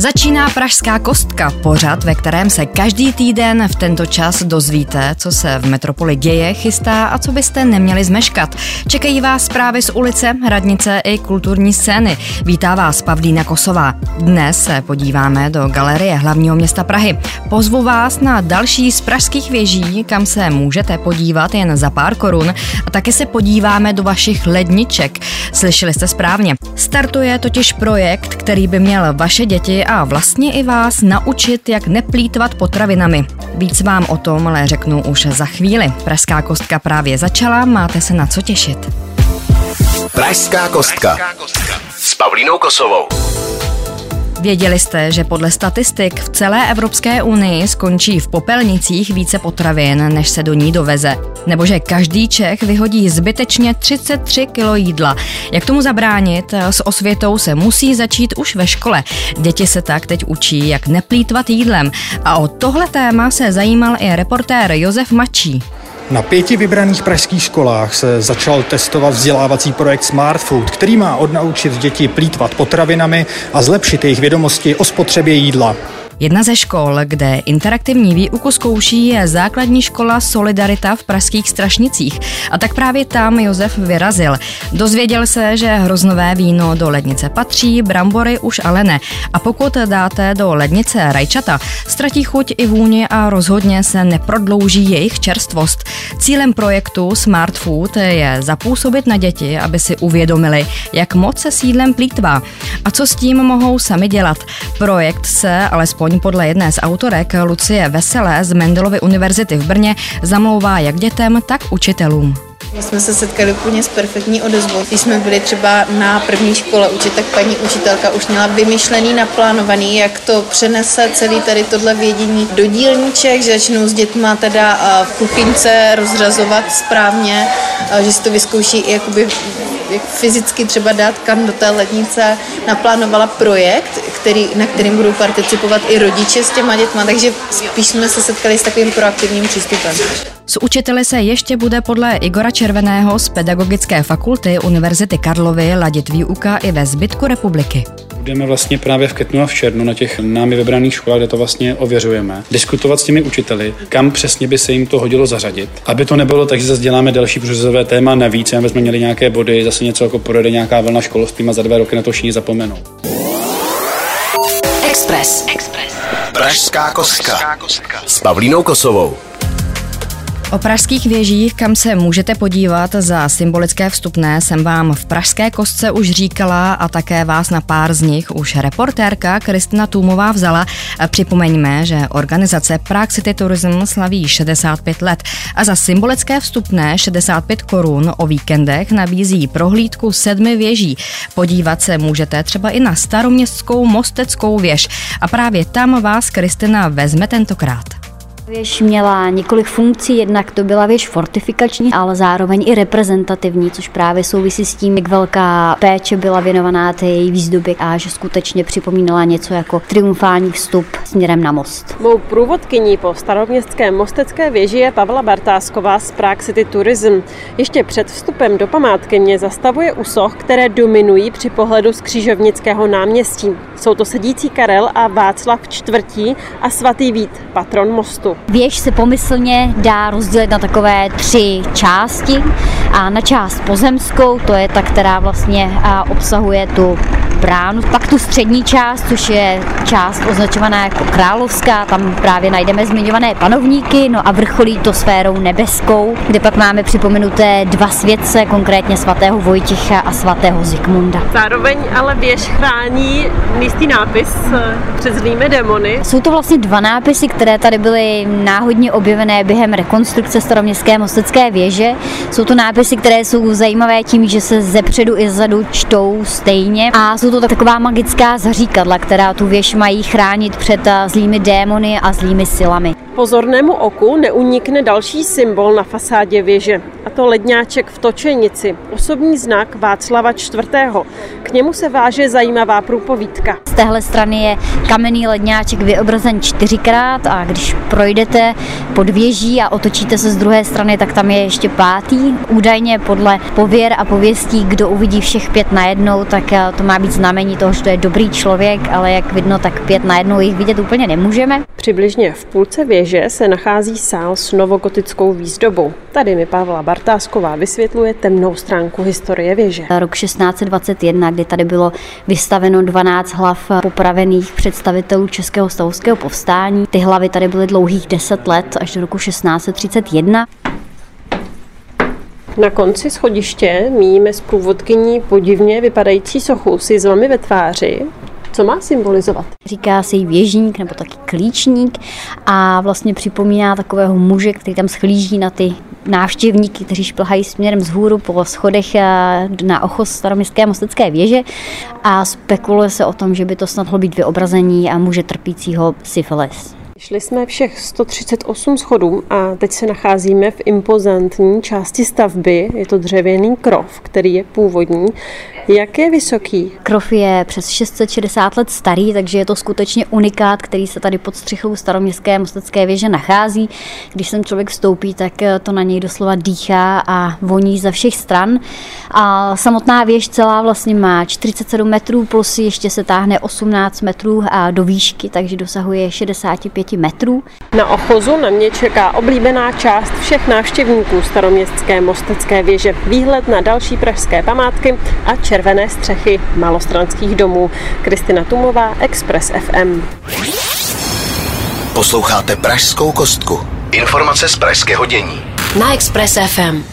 Začíná Pražská kostka, pořad, ve kterém se každý týden v tento čas dozvíte, co se v metropoli děje, chystá a co byste neměli zmeškat. Čekají vás zprávy z ulice, radnice i kulturní scény. Vítá vás Pavlína Kosová. Dnes se podíváme do galerie hlavního města Prahy. Pozvu vás na další z pražských věží, kam se můžete podívat jen za pár korun, a taky se podíváme do vašich ledniček. Slyšeli jste správně. Startuje totiž projekt, který by měl vaše děti a vlastně i vás naučit, jak neplýtvat potravinami. Víc vám o tom ale řeknu už za chvíli. Pražská kostka právě začala, máte se na co těšit. Pražská kostka s Pavlínou Kosovou. Věděli jste, že podle statistik v celé Evropské unii skončí v popelnicích více potravin, než se do ní doveze? Nebo že každý Čech vyhodí zbytečně 33 kilo jídla? Jak tomu zabránit? S osvětou se musí začít už ve škole. Děti se tak teď učí, jak neplýtvat jídlem. A o tohle téma se zajímal i reportér Josef Mačí. Na 5 vybraných pražských školách se začal testovat vzdělávací projekt Smart Food, který má odnaučit děti plýtvat potravinami a zlepšit jejich vědomosti o spotřebě jídla. Jedna ze škol, kde interaktivní výuku zkouší, je základní škola Solidarita v pražských Strašnicích. A tak právě tam Josef vyrazil. Dozvěděl se, že hroznové víno do lednice patří, brambory už ale ne. A pokud dáte do lednice rajčata, ztratí chuť i vůni a rozhodně se neprodlouží jejich čerstvost. Cílem projektu Smart Food je zapůsobit na děti, aby si uvědomili, jak moc se s jídlem plýtvá a co s tím mohou sami dělat. Projekt se alespoň podle jedné z autorek Lucie Veselé z Mendelovy univerzity v Brně zamlouvá jak dětem, tak učitelům. My jsme se setkali úplně s perfektní odezvou. Když jsme byli třeba na první škole učit, tak paní učitelka už měla vymyšlený, naplánovaný, jak to přenese celý tady tohle vědění do dílníček, že začnou s dětma teda v kuchyňce rozřazovat správně, že si to vyzkouší i jakoby jak fyzicky třeba dát kam do té lednice. Naplánovala projekt, na kterým budou participovat i rodiče s těma dětma, takže spíš jsme se setkali s takovým proaktivním přístupem. S učiteli se ještě bude podle Igora Červeného z Pedagogické fakulty Univerzity Karlovy ladit výuka i ve zbytku republiky. Budeme vlastně právě v květnu a v červnu na těch námi vybraných školách, kde to vlastně ověřujeme, diskutovat s těmi učiteli, kam přesně by se jim to hodilo zařadit. Aby to nebylo tak, že zase děláme další průřezové téma navíc, aby jsme měli nějaké body, zase něco jako projde nějaká vlna školství a za 2 roky na to všichni zapomenou. Express. Pražská kostka s Pavlínou Kosovou. O pražských věžích, kam se můžete podívat za symbolické vstupné, jsem vám v Pražské kostce už říkala a také vás na pár z nich už reportérka Kristina Tůmová vzala. Připomeňme, že organizace Prague City Tourism slaví 65 let a za symbolické vstupné 65 korun o víkendech nabízí prohlídku 7 věží. Podívat se můžete třeba i na staroměstskou Mosteckou věž a právě tam vás Kristina vezme tentokrát. Věž měla několik funkcí, jednak to byla věž fortifikační, ale zároveň i reprezentativní, což právě souvisí s tím, jak velká péče byla věnovaná té její výzdobě a že skutečně připomínala něco jako triumfální vstup směrem na most. Mou průvodkyní po staroměstské Mostecké věži je Pavla Bartásková z Prague City Tourism. Ještě před vstupem do památky mě zastavuje u soch, které dominují při pohledu z Křižovnického náměstí. Jsou to sedící Karel a Václav IV. A svatý Vít, patron mostu. Věž se pomyslně dá rozdělit na takové 3 části a na část pozemskou, to je ta, která vlastně obsahuje tu bránu, pak tu střední část, což je část označovaná jako královská, tam právě najdeme zmiňované panovníky, no a vrcholí to sférou nebeskou, kde pak máme připomenuté 2 světce, konkrétně svatého Vojtěcha a svatého Zikmunda. Zároveň ale věž chrání místní nápis Před zlými démony. Jsou to vlastně 2 nápisy, které tady byly náhodně objevené během rekonstrukce staroměstské Mostecké věže. Jsou to nápisy, které jsou zajímavé tím, že se zepředu i zezadu čtou stejně a jsou to taková magická zaříkadla, která tu věž mají chránit před zlými démony a zlými silami. Pozornému oku neunikne další symbol na fasádě věže, a to ledňáček v točenici, osobní znak Václava IV. K němu se váže zajímavá průpovídka. Z téhle strany je kamenný ledňáček vyobrazen 4krát a když projdete pod věží a otočíte se z druhé strany, tak tam je ještě 5. Údajně podle pověr a pověstí, kdo uvidí všech 5 najednou, tak to má být znamení toho, že to je dobrý člověk, ale jak vidno, tak 5 najednou jich vidět úplně nemůžeme. Přibližně v půlce věže se nachází sál s novogotickou výzdobou. Tady mi Pavla Bartásková vysvětluje temnou stránku historie věže. Rok 1621, kdy tady bylo vystaveno 12 hlav popravených představitelů Českého stavovského povstání. Ty hlavy tady byly dlouhých 10 let, až do roku 1631. Na konci schodiště míjíme s průvodkyní podivně vypadající sochu s jizvami ve tváři. Co má symbolizovat? Říká se jí věžník nebo taky klíčník a vlastně připomíná takového muže, který tam schlíží na ty návštěvníky, kteří šplhají směrem vzhůru po schodech na ochos staroměstské mostecké věže a spekuluje se o tom, že by to snad mohlo být vyobrazení a muže trpícího syfilis. Šli jsme všech 138 schodů a teď se nacházíme v impozantní části stavby. Je to dřevěný krov, který je původní. Jak je vysoký? Krov je přes 660 let starý, takže je to skutečně unikát, který se tady pod střechou staroměstské mostecké věže nachází. Když sem člověk vstoupí, tak to na něj doslova dýchá a voní ze všech stran. A samotná věž celá vlastně má 47 metrů, plus ještě se táhne 18 metrů a do výšky, takže dosahuje 65 metrů. Na ochozu na mě čeká oblíbená část všech návštěvníků staroměstské mostecké věže. Výhled na další pražské památky a červené střechy malostranských domů. Kristina Tumová, Express FM. Posloucháte Pražskou kostku. Informace z pražského dění. Na Express FM.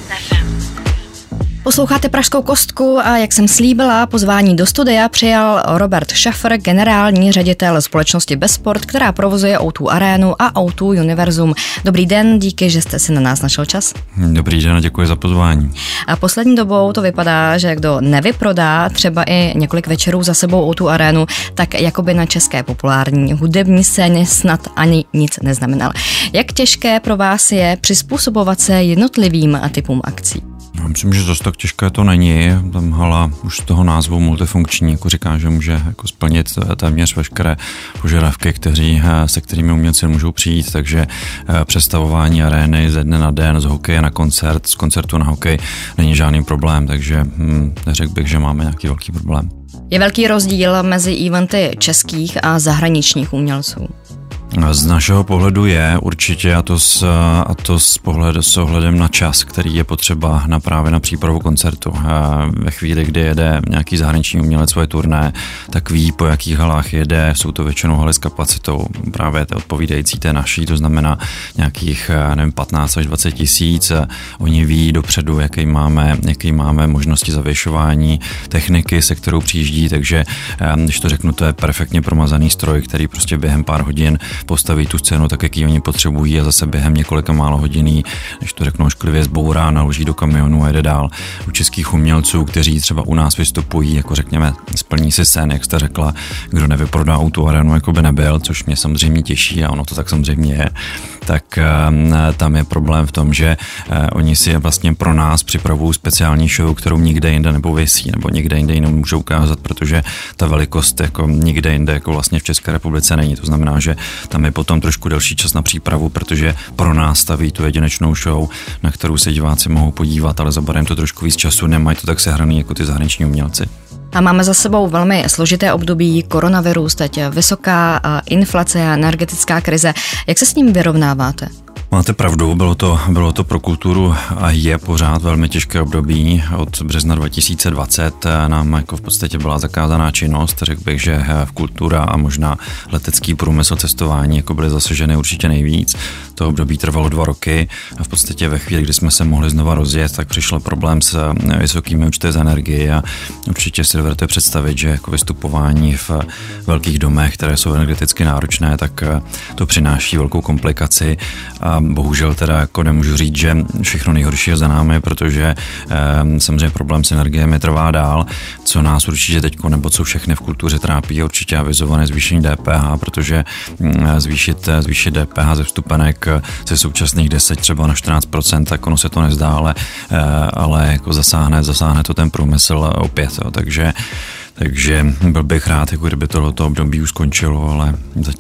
Posloucháte Pražskou kostku a jak jsem slíbila, pozvání do studia přijal Robert Schaffer, generální ředitel společnosti Bezsport, která provozuje O2 Arénu a O2 Univerzum. Dobrý den, díky, že jste si na nás našel čas. Dobrý den a děkuji za pozvání. A poslední dobou to vypadá, že kdo nevyprodá třeba i několik večerů za sebou O2 Arénu, tak jakoby na české populární hudební scéně snad ani nic neznamenal. Jak těžké pro vás je přizpůsobovat se jednotlivým typům akcí? Já myslím, že zase tak těžké to není. Tam hala už z toho názvu multifunkční, jako říká, že může jako splnit téměř veškeré požadavky, se kterými umělci můžou přijít, takže přestavování arény ze dne na den, z hokeje na koncert, z koncertu na hokej není žádný problém, takže neřekl bych, že máme nějaký velký problém. Je velký rozdíl mezi eventy českých a zahraničních umělců? Z našeho pohledu je určitě, a to s ohledem na čas, který je potřeba právě na přípravu koncertu. Ve chvíli, kdy jede nějaký zahraniční umělec svoje turné, tak ví, po jakých halách jede, jsou to většinou haly s kapacitou právě odpovídající té naší, to znamená nějakých 15 až 20 tisíc. Oni ví dopředu, jaký máme možnosti zavěšování, techniky, se kterou přijíždí, takže když to řeknu, to je perfektně promazaný stroj, který prostě během pár hodin postaví tu scénu tak, jak ji oni potřebují a zase během několika málo hodin, když to řeknu ošklivě, zbourá, naloží do kamionu a jede dál. U českých umělců, kteří třeba u nás vystupují, jako řekněme, splní si scén, jak jste řekla, kdo nevyprodá O2 Arénu, jako by nebyl, což mě samozřejmě těší a ono to tak samozřejmě je, tak tam je problém v tom, že oni si vlastně pro nás připravují speciální show, kterou nikde jinde nepověsí, nebo nikde jinde ji nemůžou ukázat, protože ta velikost jako nikde jinde jako vlastně v České republice není. To znamená, že tam je potom trošku delší čas na přípravu, protože pro nás staví tu jedinečnou show, na kterou se diváci mohou podívat, ale zabere jim to trošku víc času, nemají to tak sehraný jako ty zahraniční umělci. A máme za sebou velmi složité období, koronavirus, teď vysoká inflace a energetická krize. Jak se s ním vyrovnáváte? Máte pravdu, bylo to pro kulturu a je pořád velmi těžké období. Od března 2020 nám jako v podstatě byla zakázaná činnost. Řekl bych, že v kultura a možná letecký průmysl, cestování jako byly zasaženy určitě nejvíc. To období trvalo 2 roky a v podstatě ve chvíli, kdy jsme se mohli znova rozjet, tak přišel problém s vysokými účty za energii a určitě si dovedete představit, že jako vystupování v velkých domech, které jsou energeticky náročné, tak to přináší velkou komplikaci. A bohužel teda jako nemůžu říct, že všechno nejhorší je za námi, protože samozřejmě problém s energiemi trvá dál, co nás určitě teďko, nebo co všechny v kultuře trápí, je určitě avizované zvýšení DPH, protože zvýšit DPH ze vstupenek ze současných 10 třeba na 14%, tak ono se to nezdá, ale jako zasáhne to ten průmysl opět, jo. Takže Takže byl bych rád, jako kdyby tohleto období už skončilo, ale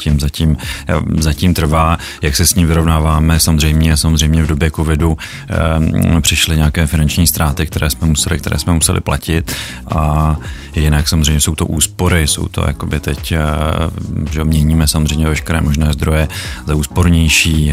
zatím trvá, jak se s ním vyrovnáváme. Samozřejmě v době covidu přišly nějaké finanční ztráty, které jsme museli platit, a jinak samozřejmě jsou to úspory, jsou to jakoby teď, že měníme samozřejmě veškeré možné zdroje za úspornější,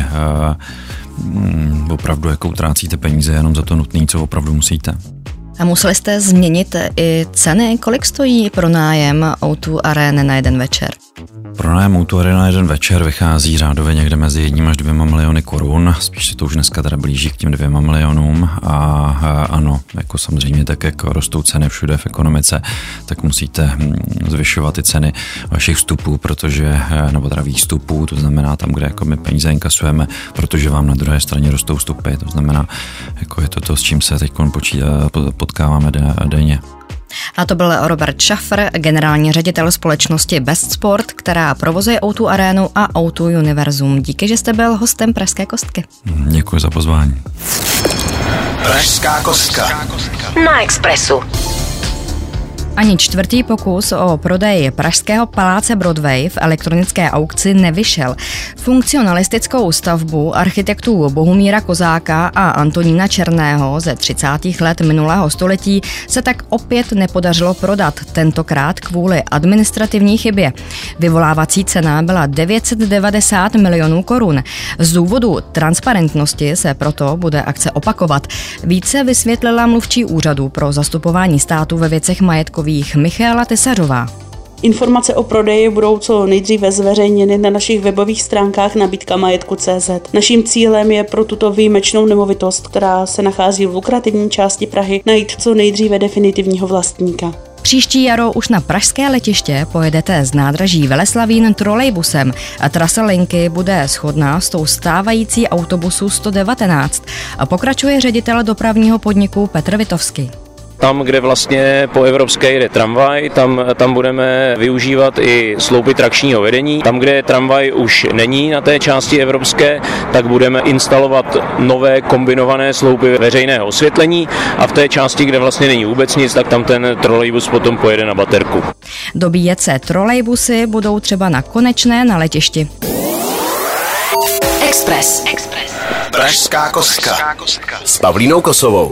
opravdu jako utrácíte peníze jenom za to nutné, co opravdu musíte. A museli jste změnit i ceny? Kolik stojí pronájem O2 Areny na jeden večer? Pronájem O2 Areny na jeden večer vychází řádově někde mezi 1 až 2 miliony korun, spíš se to už dneska teda blíží k těm 2 milionům, a ano, jako samozřejmě tak, jak rostou ceny všude v ekonomice, tak musíte zvyšovat ty ceny vašich vstupů, nebo teda výstupů, to znamená tam, kde jako my peníze inkasujeme, protože vám na druhé straně rostou vstupy, to znamená, jako je to, s čím se teď potkáváme denně. A to byl Robert Schaffer, generální ředitel společnosti Best Sport, která provozuje O2 Arenu a O2 Univerzum. Díky, že jste byl hostem Pražské kostky. Děkuji za pozvání. Pražská kostka. Na Expressu. Ani čtvrtý pokus o prodej pražského paláce Broadway v elektronické aukci nevyšel. Funkcionalistickou stavbu architektů Bohumíra Kozáka a Antonína Černého ze 30. let minulého století se tak opět nepodařilo prodat, tentokrát kvůli administrativní chybě. Vyvolávací cena byla 990 milionů korun. Z důvodu transparentnosti se proto bude akce opakovat. Více vysvětlila mluvčí úřadu pro zastupování státu ve věcech majetkových Michaela Tesařová. Informace o prodeji budou co nejdříve zveřejněny na našich webových stránkách nabídkamajetku.cz. Naším cílem je pro tuto výjimečnou nemovitost, která se nachází v lukrativní části Prahy, najít co nejdříve definitivního vlastníka. Příští jaro už na pražské letiště pojedete z nádraží Veleslavín trolejbusem a trasa linky bude shodná s tou stávající autobusu 119. A pokračuje ředitel dopravního podniku Petr Vitovský. Tam, kde vlastně po evropské jede tramvaj, tam budeme využívat i sloupy trakčního vedení. Tam, kde tramvaj už není na té části evropské, tak budeme instalovat nové kombinované sloupy veřejného osvětlení, a v té části, kde vlastně není vůbec nic, tak tam ten trolejbus potom pojede na baterku. Dobíjet se trolejbusy budou třeba na Konečné na letišti. Express. Pražská kostka. S Pavlínou Kosovou.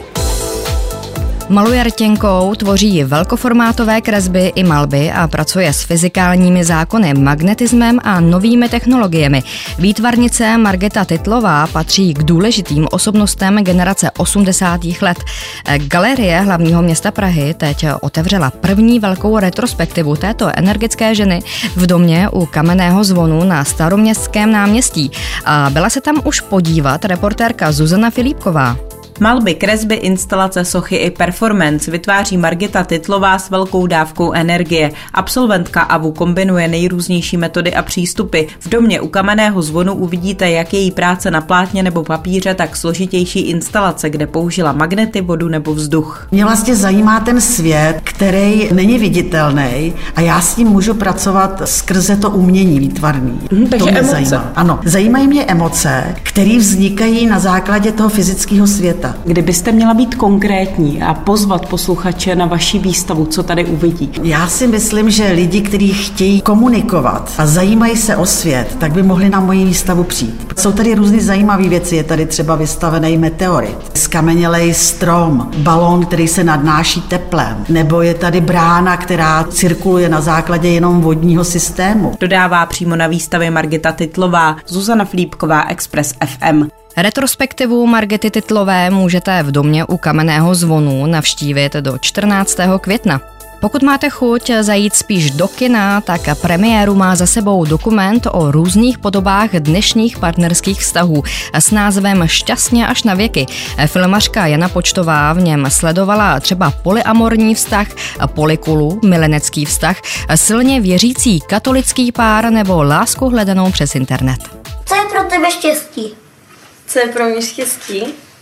Maluje rtěnkou, tvoří velkoformátové kresby i malby a pracuje s fyzikálními zákony, magnetismem a novými technologiemi. Výtvarnice Margita Titlová patří k důležitým osobnostem generace 80. let. Galerie hlavního města Prahy teď otevřela první velkou retrospektivu této energické ženy v domě u Kamenného zvonu na Staroměstském náměstí. A byla se tam už podívat reportérka Zuzana Filipková. Malby, kresby, instalace, sochy i performance vytváří Margita Titlová s velkou dávkou energie. Absolventka AVU kombinuje nejrůznější metody a přístupy. V domě u Kamenného zvonu uvidíte jak její práce na plátně nebo papíře, tak složitější instalace, kde použila magnety, vodu nebo vzduch. Mě vlastně zajímá ten svět, který není viditelný, a já s ním můžu pracovat skrze to umění výtvarný. Takže mě emoce. Zajímá. Ano, zajímají mě emoce, které vznikají na základě toho fyzického světa. Kdybyste měla být konkrétní a pozvat posluchače na vaši výstavu, co tady uvidí? Já si myslím, že lidi, kteří chtějí komunikovat a zajímají se o svět, tak by mohli na moji výstavu přijít. Jsou tady různé zajímavé věci, je tady třeba vystavený meteorit, skamenělej strom, balón, který se nadnáší teplem, nebo je tady brána, která cirkuluje na základě jenom vodního systému. Dodává přímo na výstavě Margita Titlová, Zuzana Filipková, Express FM. Retrospektivu Margity Titlové můžete v domě u Kamenného zvonu navštívit do 14. května. Pokud máte chuť zajít spíš do kina, tak premiéru má za sebou dokument o různých podobách dnešních partnerských vztahů s názvem Šťastně až na věky. Filmařka Jana Počtová v něm sledovala třeba polyamorní vztah, polikulu, milenecký vztah, silně věřící katolický pár nebo lásku hledanou přes internet. Co je pro tebe štěstí? Co je pro mě štěstí?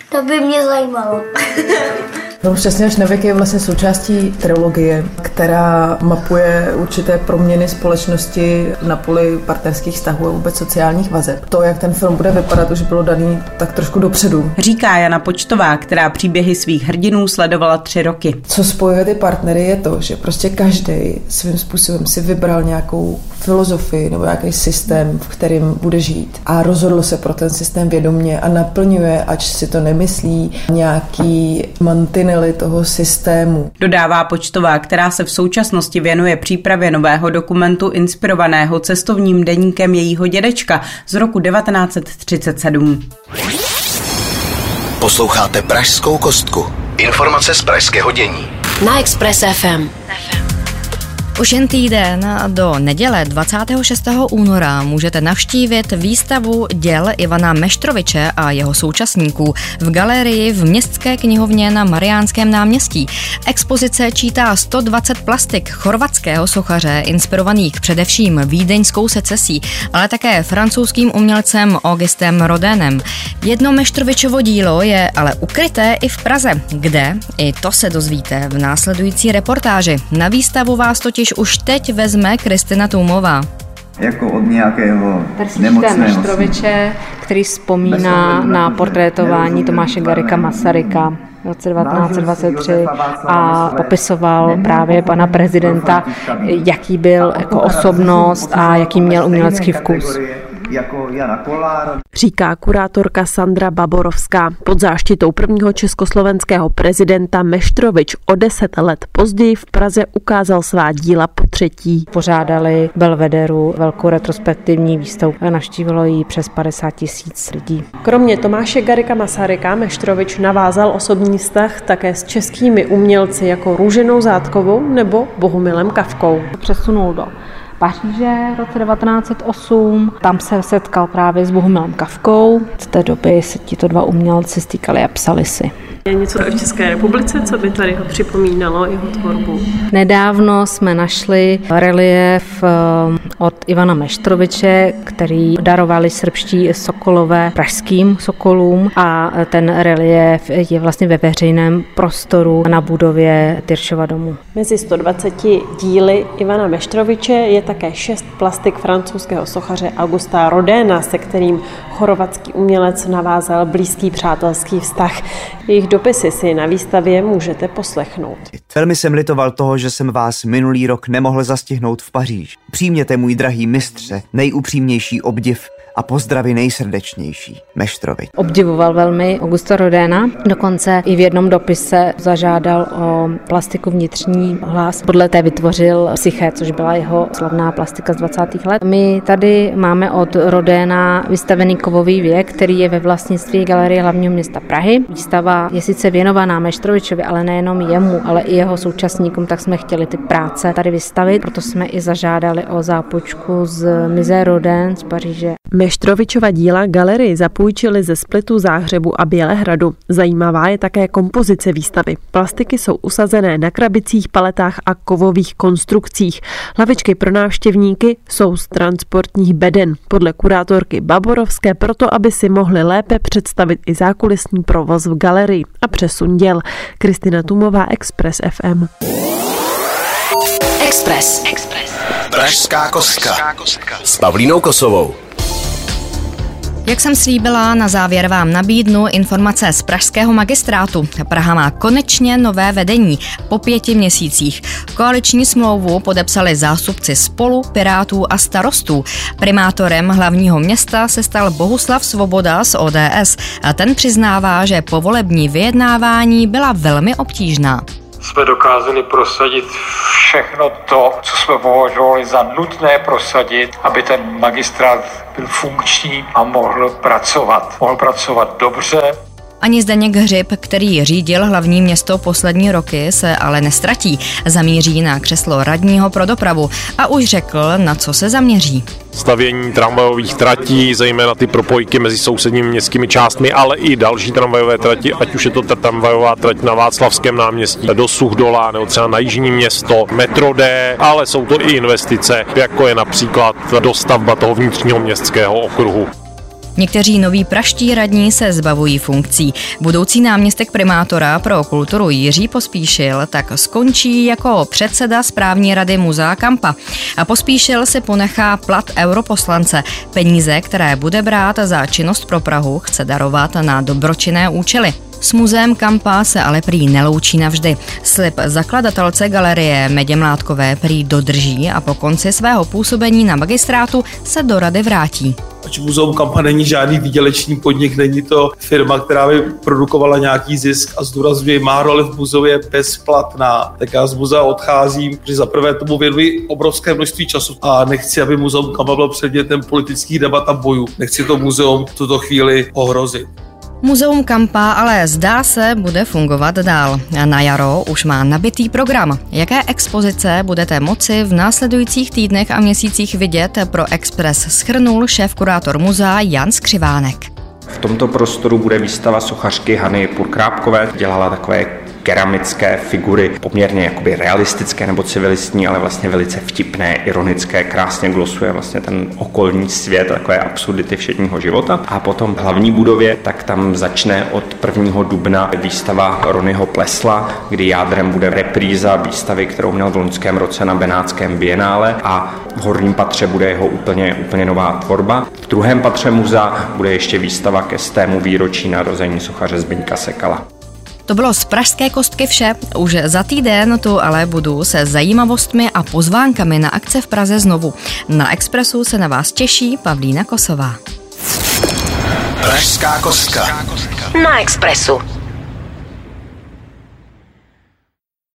To by mě zajímalo. Film Šťastný až na věky je vlastně součástí trilogie, která mapuje určité proměny společnosti na poli partnerských vztahů a vůbec sociálních vazeb. To, jak ten film bude vypadat, už bylo daný tak trošku dopředu. Říká Jana Počtová, která příběhy svých hrdinů sledovala 3 roky. Co spojuje ty partnery je to, že prostě každý svým způsobem si vybral nějakou filozofii nebo nějaký systém, v kterém bude žít a rozhodl se pro ten systém vědomě a naplňuje, ač si to nemyslí, nějaký mantinely toho systému. Dodává Počtová, která se v současnosti věnuje přípravě nového dokumentu inspirovaného cestovním deníkem jejího dědečka z roku 1937. Posloucháte Pražskou kostku. Informace z pražského dění. Na Express FM. Už jen týden do neděle 26. února můžete navštívit výstavu děl Ivana Meštroviče a jeho současníků v galerii v Městské knihovně na Mariánském náměstí. Expozice čítá 120 plastik chorvatského sochaře, inspirovaných především vídeňskou secesí, ale také francouzským umělcem Augustem Rodénem. Jedno Meštrovičovo dílo je ale ukryté i v Praze. Kde? I to se dozvíte v následující reportáži. Na výstavu vás totiž už teď vezme Kristina Tůmová. Jako od nějakého nemocného Meštroviče, který vzpomíná na portrétování Tomáše Garrigua Masaryka v roce 1923 a popisoval právě pana prezidenta, jaký byl jako osobnost a jaký měl umělecký vkus. Jako Jana Kolára. Říká kurátorka Sandra Baborovská. Pod záštitou prvního československého prezidenta Meštrovič o 10 let později v Praze ukázal svá díla po 3. Pořádali v Belvederu velkou retrospektivní výstavu a navštívilo ji přes 50 000 lidí. Kromě Tomáše Garrigua Masaryka Meštrovič navázal osobní vztah také s českými umělci jako Růženou Zátkovou nebo Bohumilem Kafkou. Přesunul do Paříže v roce 1908. Tam se setkal právě s Bohumilem Kafkou. Z té doby se tito 2 umělci stýkali a psali si. Je něco v České republice, co by tady ho připomínalo, jeho tvorbu? Nedávno jsme našli relief od Ivana Meštroviče, který darovali srbští sokolové pražským sokolům a ten relief je vlastně ve veřejném prostoru na budově Tyršova domu. Mezi 120 díly Ivana Meštroviče je také 6 plastik francouzského sochaře Augusta Rodéna, se kterým chorvatský umělec navázal blízký přátelský vztah. Jejich dopisy si na výstavě můžete poslechnout. Velmi jsem litoval toho, že jsem vás minulý rok nemohl zastihnout v Paříži. Přijměte, můj drahý mistře, nejupřímnější obdiv a pozdravy nejsrdečnější. Meštrovič. Obdivoval velmi Augusta Rodéna, dokonce i v jednom dopise zažádal o plastiku vnitřní hlas. Podle té vytvořil Psyché, což byla jeho slavná plastika z 20. let. My tady máme od Rodéna vystavený kovový věk, který je ve vlastnictví Galerie hlavního města Prahy. Výstava je sice věnovaná Meštrovičovi, ale nejenom jemu, ale i jeho současníkům, tak jsme chtěli ty práce tady vystavit, proto jsme i zažádali o zápůjčku z Musée Rodin z Paříže. Meštrovičova díla galerii zapůjčili ze Splitu, Záhřebu a Bělehradu. Zajímavá je také kompozice výstavy. Plastiky jsou usazené na krabicích, paletách a kovových konstrukcích. Lavičky pro návštěvníky jsou z transportních beden. Podle kurátorky Baborovské proto, aby si mohli lépe představit i zákulisní provoz v galerii a přesun děl. Kristina Tůmová, Express FM. Express. Pražská kostka s Pavlínou Kosovou. Jak jsem slíbila, na závěr vám nabídnu informace z pražského magistrátu. Praha má konečně nové vedení po 5 měsících. Koaliční smlouvu podepsali zástupci Spolu, Pirátů a Starostů. Primátorem hlavního města se stal Bohuslav Svoboda z ODS a ten přiznává, že povolební vyjednávání byla velmi obtížná. Jsme dokázali prosadit všechno to, co jsme považovali za nutné prosadit, aby ten magistrát byl funkční a mohl pracovat. Mohl pracovat dobře. Ani Zdeněk Hřib, který řídil hlavní město poslední roky, se ale nestratí. Zamíří na křeslo radního pro dopravu a už řekl, na co se zaměří. Stavění tramvajových tratí, zejména ty propojky mezi sousedními městskými částmi, ale i další tramvajové trati, ať už je to ta tramvajová trať na Václavském náměstí do Suchdola nebo třeba na Jižní Město, metro D, ale jsou to i investice, jako je například dostavba toho vnitřního městského okruhu. Někteří noví pražští radní se zbavují funkcí. Budoucí náměstek primátora pro kulturu Jiří Pospíšil tak skončí jako předseda správní rady Muzea Kampa. A Pospíšil si ponechá plat europoslance. Peníze, které bude brát za činnost pro Prahu, chce darovat na dobročinné účely. S muzeem Kampa se ale prý neloučí navždy. Slib zakladatelce galerie Medě Mládkové prý dodrží a po konci svého působení na magistrátu se do rady vrátí. Ač muzeum Kampa není žádný výdělečný podnik, není to firma, která by produkovala nějaký zisk a zdůrazňuje, má roli v muzeu je bezplatná. Tak já z muzea odcházím, protože zaprvé tomu věnuji obrovské množství času a nechci, aby muzeum Kampa bylo předmětem politických debat a bojů. Nechci to muzeum v tuto chvíli ohrozit. Muzeum Kampa ale zdá se bude fungovat dál. Na jaro už má nabitý program. Jaké expozice budete moci v následujících týdnech a měsících vidět, pro Express shrnul šéfkurátor muzea Jan Skřivánek. V tomto prostoru bude výstava sochařky Hany Purkrápkové. Dělala takové keramické figury, poměrně jakoby realistické nebo civilistní, ale vlastně velice vtipné, ironické, krásně glosuje vlastně ten okolní svět, takové absurdity všedního života. A potom v hlavní budově, tak tam začne od 1. dubna výstava Ronyho Plesla, kdy jádrem bude repríza výstavy, kterou měl v loňském roce na Benátském bienále, a v horním patře bude jeho úplně nová tvorba. V druhém patře muzea bude ještě výstava ke 100. výročí narození sochaře Zbyňka Sekala. To bylo z Pražské kostky vše. Už za týden tu ale budu se zajímavostmi a pozvánkami na akce v Praze znovu. Na Expressu se na vás těší Pavlína Kosová. Pražská kostka. Na Expressu.